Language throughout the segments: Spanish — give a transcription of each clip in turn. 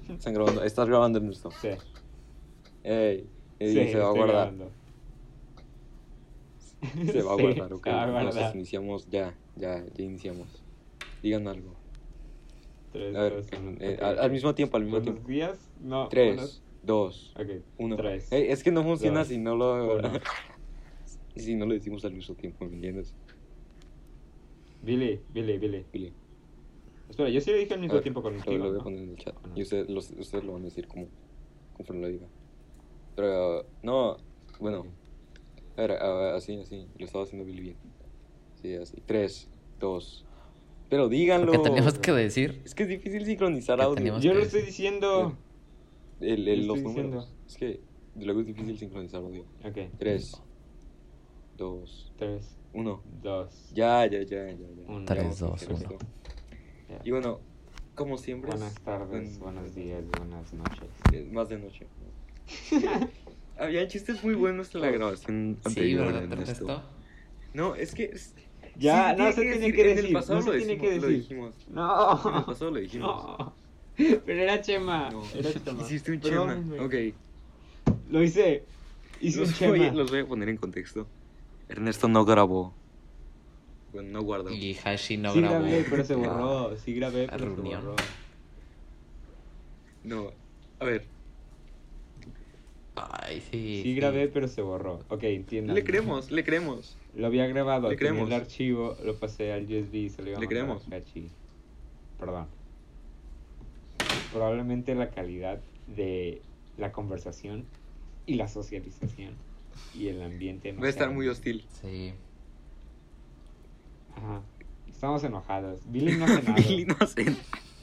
Están grabando. Estás grabando en esto. Sí. Ey, Sí, se va a estoy guardar. grabando. Se va a Sí, guardar, ok. se va a Entonces guardar. iniciamos ya iniciamos. Digan algo. 3, A ver, 2, 1. al mismo tiempo, Buenos días. No, 3, 2, Ok, 1. 3. Es que no funciona 2, si no lo... 1. si no lo decimos al mismo tiempo, ¿me entiendes? Billy. Billy. Espera, yo sí lo dije al A mismo ver, tiempo lo contigo, voy a ¿no? poner en el chat. ¿O no? Y ustedes lo van a decir conforme lo diga. Pero, no, bueno. Ok. A ver, así. Lo estaba haciendo Billy bien. Sí, así. 3, 2. Pero díganlo. ¿Qué tenemos que decir? Es que es difícil sincronizar ¿Qué audio. tenemos? Yo lo que estoy decir. diciendo. Yo Los estoy números. diciendo. Es que luego es difícil sincronizar audio. Ok. 3, 2, 3, 1. 2. Ya. 1. 3, Vamos a 2, hacer 1. esto. Ya. Y bueno, como siempre. Buenas tardes, bueno, buenos días, buenas noches. Más de noche. Había chistes muy buenos en la grabación Sí, anterior. ¿verdad, Ernesto. Ernesto? No, es que. Ya, sí, no se tiene que En el decir. pasado No se tiene que lo decir. dijimos. No. En el pasado lo dijimos. No. Pero era Chema. No. Era Chema. Hiciste un Chema. Perdónenme. Ok. Lo hice. Hice un Chema. Los voy a poner en contexto. Ernesto no grabó. Bueno, no guardó. Y Hashi no Sí grabó. grabé, pero se la- borró. Sí grabé, la pero se reunión. borró. No. A ver. Ay, sí. Sí grabé, pero se borró. Ok, entiendo. Le creemos. Lo había grabado, Le tenía el creemos. archivo, lo pasé al USB y se lo iba a Le mandar creemos. a Hachi. Perdón. Probablemente la calidad de la conversación y la socialización y el ambiente no Va a estar sea muy el hostil. Sí. Ajá. Estamos enojados. Billy no hace nada. Billy no sé.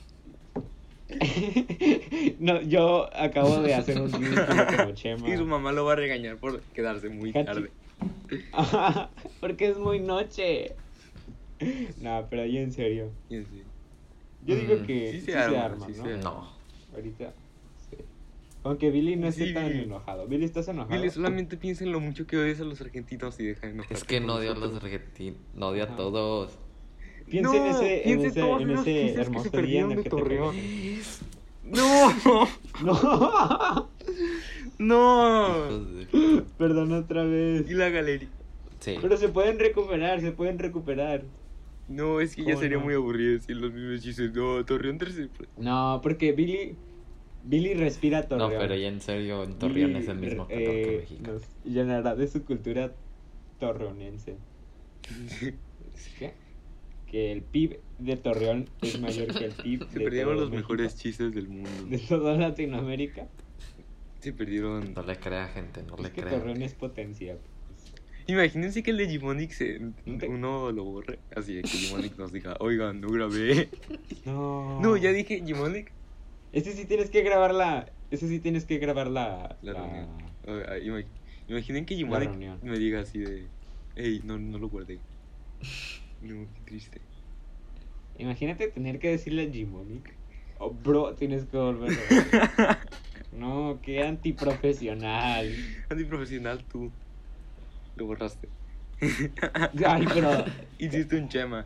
No, yo acabo de hacer un ridículo como Chema. Y su mamá lo va a regañar por quedarse muy Hachi. tarde. Ajá, porque es muy noche. No, pero yo en serio. Y así. Yo digo que Sí sí se se arma, arma, sí ¿no? se arma. No. Ahorita, sí. Aunque Billy no esté Sí, tan Billy. enojado. Billy, ¿estás enojado? Billy, solamente piensa en lo mucho que odias a los argentinos y deja de enojarte. Es que no con odio a los nosotros. argentinos. No odio a Ajá. todos. Piensa No, en piensa ese, todos en esos ese chistes que hermoso se día perdieron en el de que te Torreón. conoces. No, No. no. Hijos de- Perdón otra vez. Y la galería. Sí. Pero se pueden recuperar, se pueden recuperar. No, es que ya ¿Cómo sería no? muy aburrido decir los mismos chistes. No, Torreón tercer. No, porque Billy respira No, Torreón. pero ya en serio, en Torreón Billy, es el mismo calor que México. nos llenará de su cultura torreonense. ¿Qué? Que el PIB de Torreón es mayor que el PIB Se de perdieron todo los México, mejores chistes del mundo. de toda Latinoamérica. Se perdieron. No le crea, gente, no le Es que crea. Torreón es potencia. Imagínense que el de Gimonic ¿Dónde? uno lo borre. Así de que Gimonic nos diga, oigan, no grabé. No. No, ya dije Gimonic. Ese sí tienes que grabar la. Ese sí tienes que grabar la. La reunión. Imaginen que La Gimonic reunión. me diga así de, hey, no lo guardé. No, qué triste. Imagínate tener que decirle a Gmonic. Oh, bro, tienes que volverlo. No, qué antiprofesional. Antiprofesional tú. Lo borraste. Ay, pero Hiciste un Chema.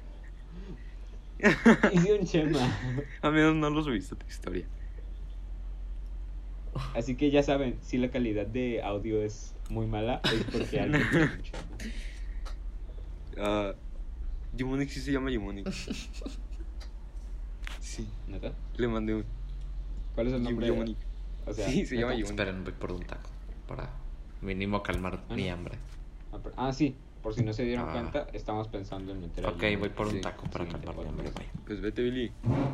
hice un Chema. A menos no lo subiste a tu historia. Así que ya saben, si la calidad de audio es muy mala, es porque alguien hizo un Chema. Gimonic sí se llama Gimonic. Sí, ¿Neta? le mandé un ¿Cuál es el nombre? Gimonic. O sea, Sí, se llama ¿neta? Gimonic. Esperen, voy por un taco. Para mínimo calmar Ah, mi no. hambre. Sí, por si no se dieron Ah. cuenta, estamos pensando en meter a Ok, Gmonic voy por Sí, un taco para siguiente calmar mi hambre, podcast. güey. Pues vete, Billy.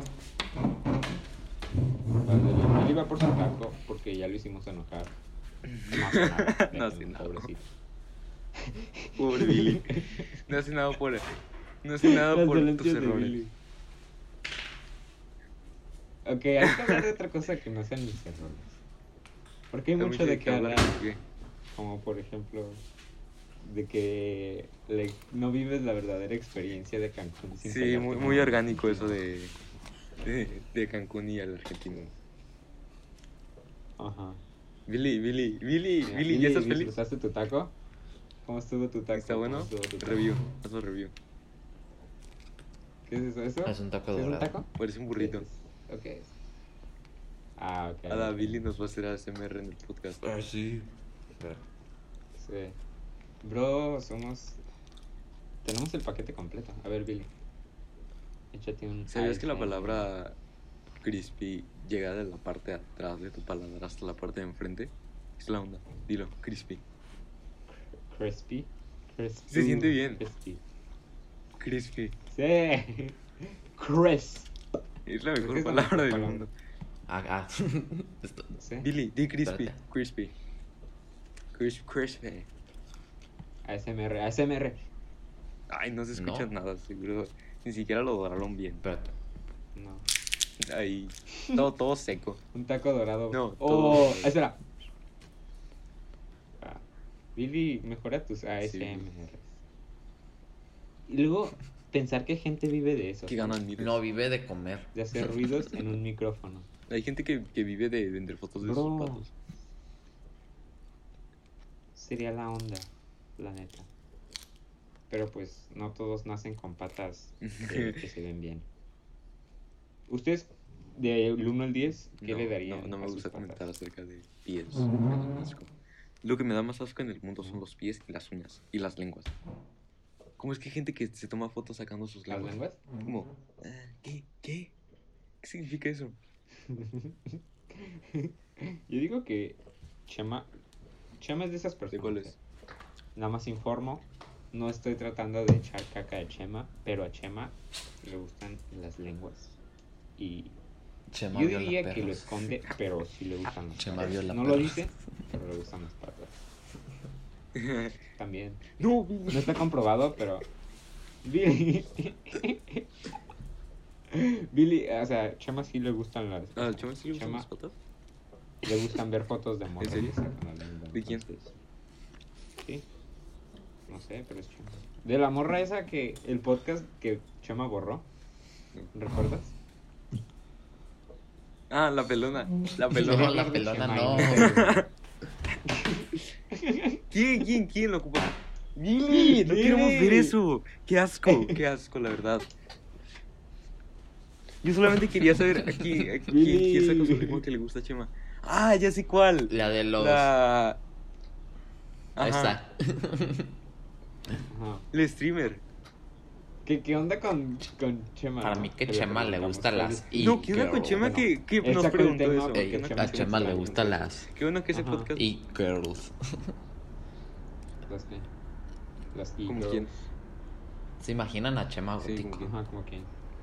Él iba por su taco porque ya lo hicimos enojar. No hace nada. No hace nada. Pobrecito. Pobre Billy. No hace nada por Las tus dolencias de errores. Billy. Ok, hay que hablar de otra cosa que no sean mis errores. Porque hay mucho de qué hablar. ¿Qué? Como por ejemplo, de que no vives la verdadera experiencia de Cancún. sin Sí, pegarte muy nada. orgánico eso de Cancún y al argentino. Ajá. Billy, Mira, ¿ya estás feliz? ¿Disfrutaste tu taco? ¿Cómo estuvo tu taco? ¿Está ¿Cómo bueno? estuvo tu taco? Review, hazlo review. ¿Qué es eso? Es un taco ¿Es un dorado. taco? Parece un burrito. Ok. Ah, ok. Ada Billy nos va a hacer ASMR en el podcast. Ah, sí. Pero, Sí. Bro, tenemos el paquete completo. A ver, Billy. Échate un ¿Sabías que la ASMR. palabra crispy llega de la parte de atrás de tu paladar hasta la parte de enfrente? Es la onda. Dilo, crispy. Crispy? Crispy. Se siente bien. Crispy. Crispy. Sí. Crisp. Es la Creo mejor que es la palabra mejor del palabra. mundo. Esto- Sí. Billy, di crispy. Espérate. Crispy. Crispy. ASMR. ASMR. Ay, no se escucha No. nada, seguro. Ni siquiera lo doraron bien. Espérate. No. Ahí. Todo seco. Un taco dorado. No, Oh, todo. espera. Ah, Billy, mejora tus ASMR. Y luego pensar que gente vive de eso. Que ganan miles. No, vive de comer. De hacer ruidos en un micrófono. Hay gente que vive de vender fotos de Bro. sus patos. Sería la onda, la neta. Pero pues no todos nacen con patas que se ven bien. ¿Ustedes, del 1 al 10, qué No, le darían? no me a sus gusta patas? comentar acerca de pies. Me dan asco. Lo que me da más asco en el mundo son los pies y las uñas y las lenguas. ¿Cómo es que hay gente que se toma fotos sacando sus ¿Las lenguas? lenguas? Como, ¿qué? ¿Qué significa eso? Yo digo que Chema es de esas ¿De personas. cuáles? Nada más informo. No estoy tratando de echar caca de Chema, pero a Chema le gustan las lenguas. Y Chema yo viola diría que perros. lo esconde, pero sí le gustan las Chema patas. viola No lo perros. dice, pero le gustan las patas. También. No, No está comprobado, pero Billy, Billy, o sea, Chema sí le gustan las. ¿Al chaval sí le gustan Chema las patas? le gustan ver fotos de morras. serio? que sacan la lengua, ¿De quién? entonces, sí. No sé, pero es Chema. De la morra esa que el podcast que Chema borró. ¿Recuerdas? Ah, la pelona. La No, pelona. la pelona no. ¿Quién lo ocupa? Billy, no Billy. queremos ver eso. Qué asco, la verdad. Yo solamente quería saber a quién saca su lengua que le gusta a Chema. Ah, ya sé cuál. La de los. La... Ahí Ajá, está. Ajá. el streamer. ¿Qué onda con Chema? Para no? mí que le Chema le preguntamos gustan cuál las es. No, ¿qué onda con Chema bueno, que él nos sacó el preguntó tema eso? porque Ey, Chema a se Chema le extraña. gustan las Qué bueno que ese Ajá. podcast... e-girls. Las que. Las ¿Como e-girls. quién? ¿Se imaginan a Chema Sí, gótico? como quién. Ajá, como quién.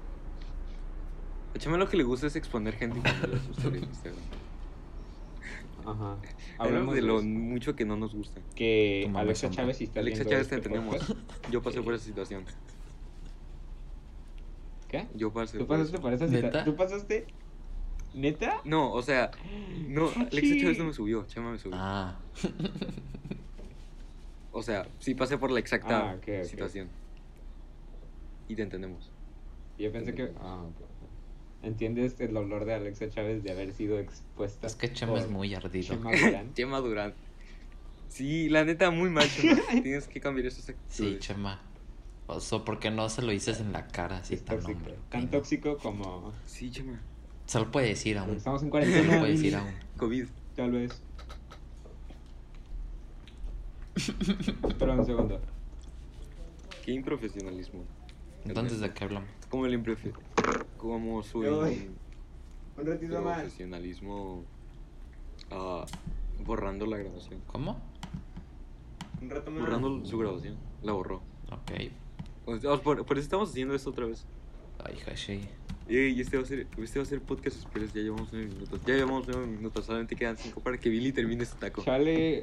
A Chema lo que le gusta es exponer gente y ponerle sus historias en Instagram. Ajá. Hablamos de lo eso. mucho que no nos gusta. Que Tu mamá Alexa es Chávez, si está Alexa viendo Chávez te este entendemos. podcast, Yo pasé por esa situación. ¿Qué? Yo pasé ¿Tú por pasaste eso. por esa ¿Neta? situación? ¿Tú pasaste? ¿Neta? No, o sea, no, Fuchi. Alexa Chávez no me subió, Chema me subió. Ah. O sea, sí pasé por la exacta Ah, ok. situación. Y te entendemos. Yo pensé que. Ah, ok. ¿Entiendes el dolor de Alexa Chávez de haber sido expuesta? Es que Chema por es muy ardido. Chema Durán? Chema Durán. Sí, la neta, muy mal, Chema. Tienes que cambiar esas Sí, actitudes. Chema. Oso, ¿por qué no se lo dices en la cara así Es tan tóxico. hombre? Tan Ok, no. tóxico como. Sí, Chema. Se lo puede decir Porque aún. estamos en Se cuarentena. lo puede decir Billy. aún. COVID. Tal vez. Espera un segundo. Qué improfesionalismo. Entonces, ¿de qué hablamos? Como el como su Ay. Un ratito más. profesionalismo borrando la grabación. ¿Cómo? Un rato más. Borrando su grabación. La borró. Ok. Por eso estamos haciendo esto otra vez. Ay, Hashi. Y este va a ser podcast express. Ya llevamos 9 minutos. Ya llevamos 9 minutos. Solamente quedan 5 para que Billy termine este taco. Chale.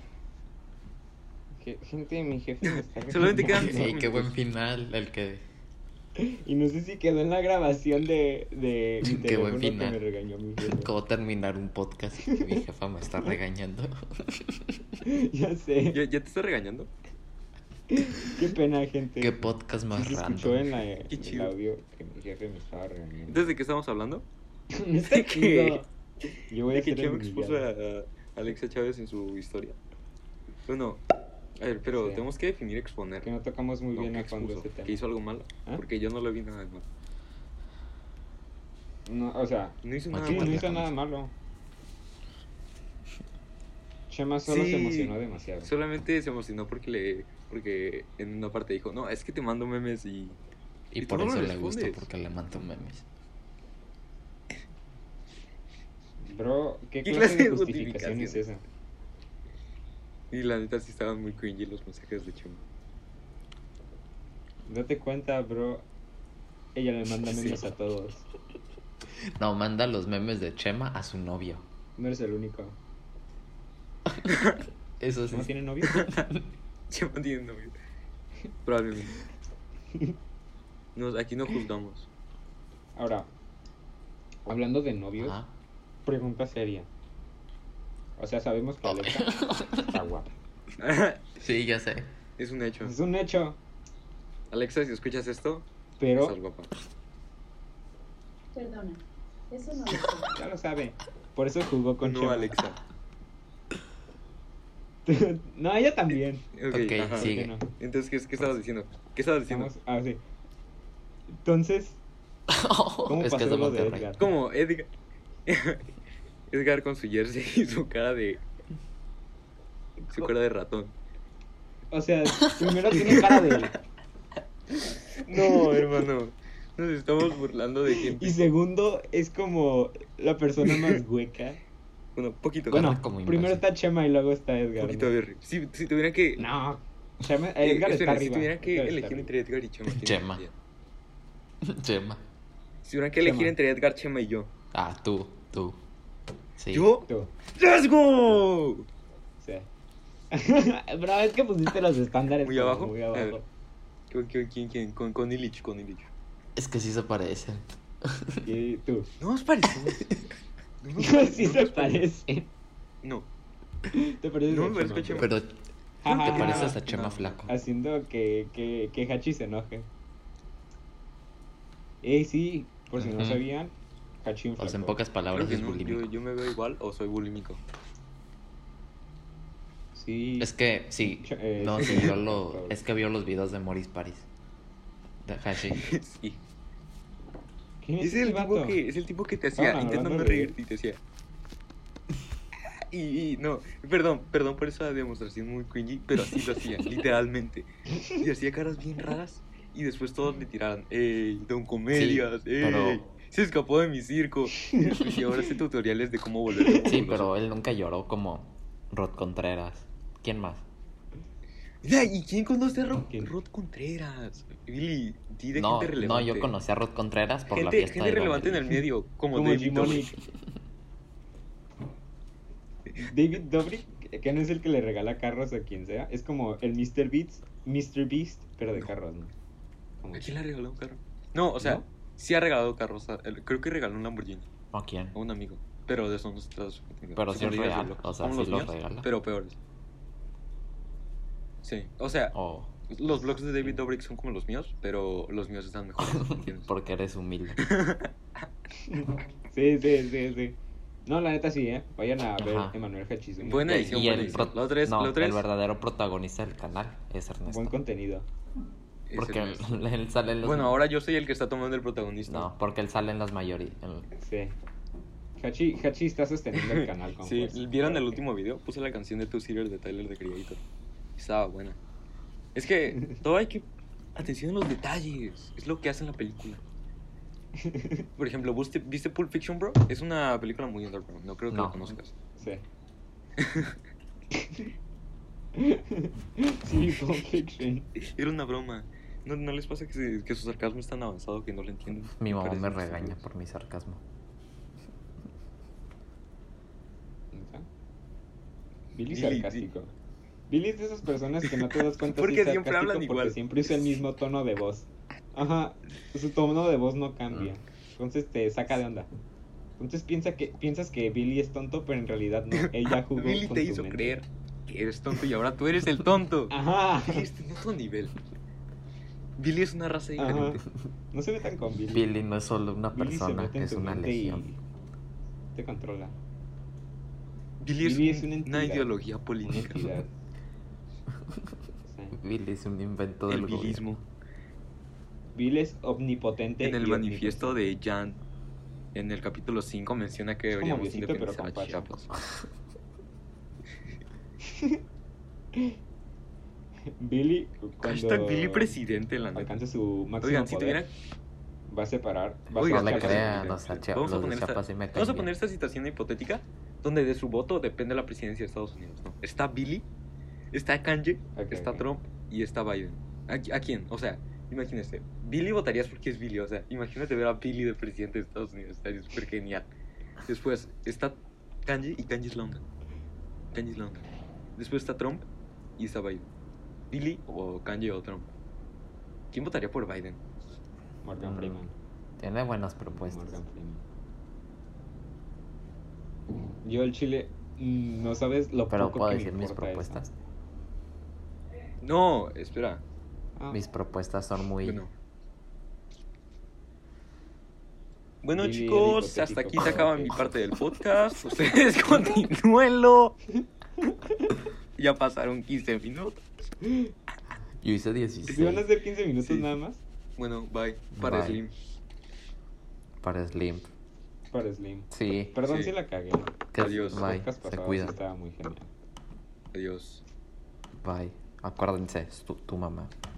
Gente, mi jefe me está Solamente quedan regañando. Ey, qué buen final el que... Y no sé si quedó en la grabación de mi Qué teléfono buen que final. me regañó mi jefe. Acabo de terminar un podcast y mi jefa me está regañando. Ya sé. ¿Ya te está regañando? Qué pena, gente. Qué podcast más Sí se escuchó en, random. en el chido. audio que mi jefe me estaba regañando. ¿Entonces de qué estamos hablando? No está ¿De qué? chido. Yo voy a De que hacer Chema el expuso a Alexa Chávez en su historia. Bueno, a ver, pero Sí. tenemos que definir exponer. Que no tocamos muy No, bien que a fondo expuso, ese tema. que hizo algo malo. ¿Ah? Porque yo no le vi nada de malo. No, o sea, No hizo Sí, nada sí, malo. no hizo nada malo. Chema solo Sí, se emocionó demasiado. Solamente se emocionó porque en una parte dijo, no, es que te mando memes y Y tú por no eso lo le gustó, respondes. porque le mando memes. Bro, ¿qué ¿Qué clase clase de de justificación es justificación? esa? Y la neta sí estaban muy cringy los mensajes de Chema. Date cuenta, bro. Ella le manda Sí. memes a todos. No, manda los memes de Chema a su novio. No eres el único. Eso sí. ¿No tiene novio? Chema tiene novio. Probablemente. Aquí no juzgamos. Ahora, hablando de novios, Ajá. pregunta seria. O sea, sabemos que Alexa está guapa. Sí, ya sé. Es un hecho. Es un hecho, Alexa, si escuchas esto, pero estás guapa. Perdona, eso no lo sé. ya lo sabe. Por eso jugó con No, Chema. Alexa. No, ella también. Ok, ajá. sigue. no? Entonces, ¿qué estabas diciendo? ¿Qué estabas diciendo? Vamos, sí. Entonces, ¿cómo Es que pasó es de lo de Monterrey. Edgar? Como Edgar. Edgar con su jersey y su cara de. Su cara de ratón. O sea, primero tiene cara de... No, hermano. Nos estamos burlando de gente. Y segundo, es como la persona más hueca. Bueno, poquito. Bueno, como primero imbécil. está Chema y luego está Edgar. poquito ¿no? de. Si tuvieran que. No, Chema, eh, Edgar está espera, arriba. Si tuvieran que Edgar está elegir arriba. entre Edgar y Chema. ¿quién Chema. elegirían? Chema. Si tuvieran que elegir Chema. entre Edgar, Chema y yo. Ah, tú. Sí. ¿Yo? Tú, ¡Let's go! sí. Bro, es que pusiste los estándares ¿Muy como abajo? muy A ver. abajo. ¿Quién? Con Illich, con Illich. Es que sí se parecen. Y tú. No nos parecemos. No nos Sí parecemos, se nos parecemos. parece. No. ¿Te pareces No a me parezco a Chema? Chema. Pero Ajá, te ajá, pareces ajá. a Chema No. flaco. Haciendo que Hachi se enoje. Sí, por si no Ujú. sabían, Hachi O sea, en inflacó. pocas Creo palabras que es no. bulímico. Yo me veo igual o soy bulímico. Sí. Es que sí. No, sí, sí, sí, yo lo. claro. Es que vio los videos de Morris Paris. De Hashi. Sí. ¿Quién Es ese el tipo vato? que, es el tipo que te hacía, Estaban intenta hablando no de- reírte y te decía. Y no, perdón por esa demostración muy cringy, pero así lo hacía, literalmente. Y hacía caras bien raras y después todos le tiraran, ¡ey, don comedias! Sí, ¡Ey! pero- Se escapó de mi circo. Y ahora hace tutoriales de cómo volver Sí, pero él nunca lloró como Rod Contreras. ¿Quién más? Mira, ¿y quién conoce a ¿Quién? Rod Contreras? Billy, di de No, gente no, relevante. yo conocí a Rod Contreras por la gente, fiesta gente de relevante en Dobrik. el medio, como, Como David Jimonic. Dobrik. David Dobrik, que no es el que le regala carros a quien sea, es como el Mr. Beast, pero de No. carros, ¿no? Como ¿A quién le regaló un carro? No, o sea, ¿No? sí ha regalado carros. Creo que regaló un Lamborghini ¿O quién? a un amigo. Pero de eso no se trata su contenido. Pero Su sí es contenido real, de locos. o sea, Como sí los los míos, regala. pero peores. Sí, o sea, O los blogs de David Dobrik son como los míos, pero los míos están mejores, ¿entiendes? porque eres humilde. Sí. No, la neta sí, Vayan a ver Ajá. Emanuel Hachis. un Buena buen- edición, Y buena el, edición. La otra es- no, la otra el es- verdadero protagonista del canal es Ernesto. Buen contenido. Es Porque el nuestro. él sale en los... Bueno, ahora yo soy el que está tomando el protagonista. No, porque él sale en las mayorías. Sí. Hachi está sosteniendo el canal con Sí, fuerza. ¿vieron el último video? Puse la canción de Two Seater de Tyler the Creator. Estaba buena. Es que todo hay que... Atención a los detalles. Es lo que hace en la película. Por ejemplo, ¿viste Pulp Fiction, bro? Es una película muy underground. No creo que No. la conozcas. Sí. Sí, Pulp Fiction. Era una broma. ¿No les pasa que su sarcasmo es tan avanzado que no lo entienden? Mi mamá Parece me un regaña estúpido. por mi sarcasmo. ¿Neta? Billy Billy, sarcástico. Billy es de esas personas que no te das cuenta Porque si es siempre sarcástico hablan porque igual. siempre usa el mismo tono de voz. Ajá, su tono de voz no cambia. Entonces te saca de onda. Entonces piensas que Billy es tonto, pero en realidad no. Ella jugó Billy con te tu hizo mente. creer que eres tonto y ahora tú eres el tonto. Ajá. Billy está en otro nivel. Billy es una raza Ajá. diferente. No se metan con Billy. Billy no es solo una Billy se persona, mete en es tu una mente legión. y te controla. Billy es una una entidad. ideología Una política. entidad. Sí. Billy es un invento El del bilismo. gobierno. Billy es omnipotente. En el y manifiesto de Jan En el capítulo 5 menciona que Es como deberíamos Diosito, pero independizar a con Chiapas. Billy, cuando Hashtag Billy presidente, la neta. alcance su máximo Oigan, si poder, tuviera... va a separar, va Oigan, No le a Chiapas separar. crean, presidente. o sea, Vamos a los de poner Chiapas sí me caen vamos a bien. poner esta situación hipotética donde de su voto depende la presidencia de Estados Unidos, ¿no? Está Billy, está Kanye, Ok, está ok. Trump y está Biden. ¿A quién? O sea, imagínese. Billy votarías porque es Billy, o sea, imagínate ver a Billy de presidente de Estados Unidos, estaría súper genial. Después está Kanye y Kanye es la onda. Kanye es la onda. Después está Trump y está Biden. Billy o Kanye o Trump. ¿Quién votaría por Biden? Morgan Freeman. Tiene buenas propuestas. Morgan Freeman. Yo el Chile, no sabes lo Pero poco puedo que me decir mis importa eso. propuestas. No, espera. Ah, Mis propuestas son muy... Bueno, Billy, chicos, el hasta aquí hipotético se acaba que- mi parte del podcast. Ustedes continúenlo. Ya pasaron 15 minutos. Yo hice 16 ¿Si van a hacer 15 minutos Sí. nada más? Bueno, bye. Para Bye. Slim. para Slim. Para Slim. Sí. Perdón Sí. si la cagué. Que Adiós. El Bye. podcast Se pasado cuida. sí estaba muy genial. Adiós. Bye. Acuérdense, es tu mamá.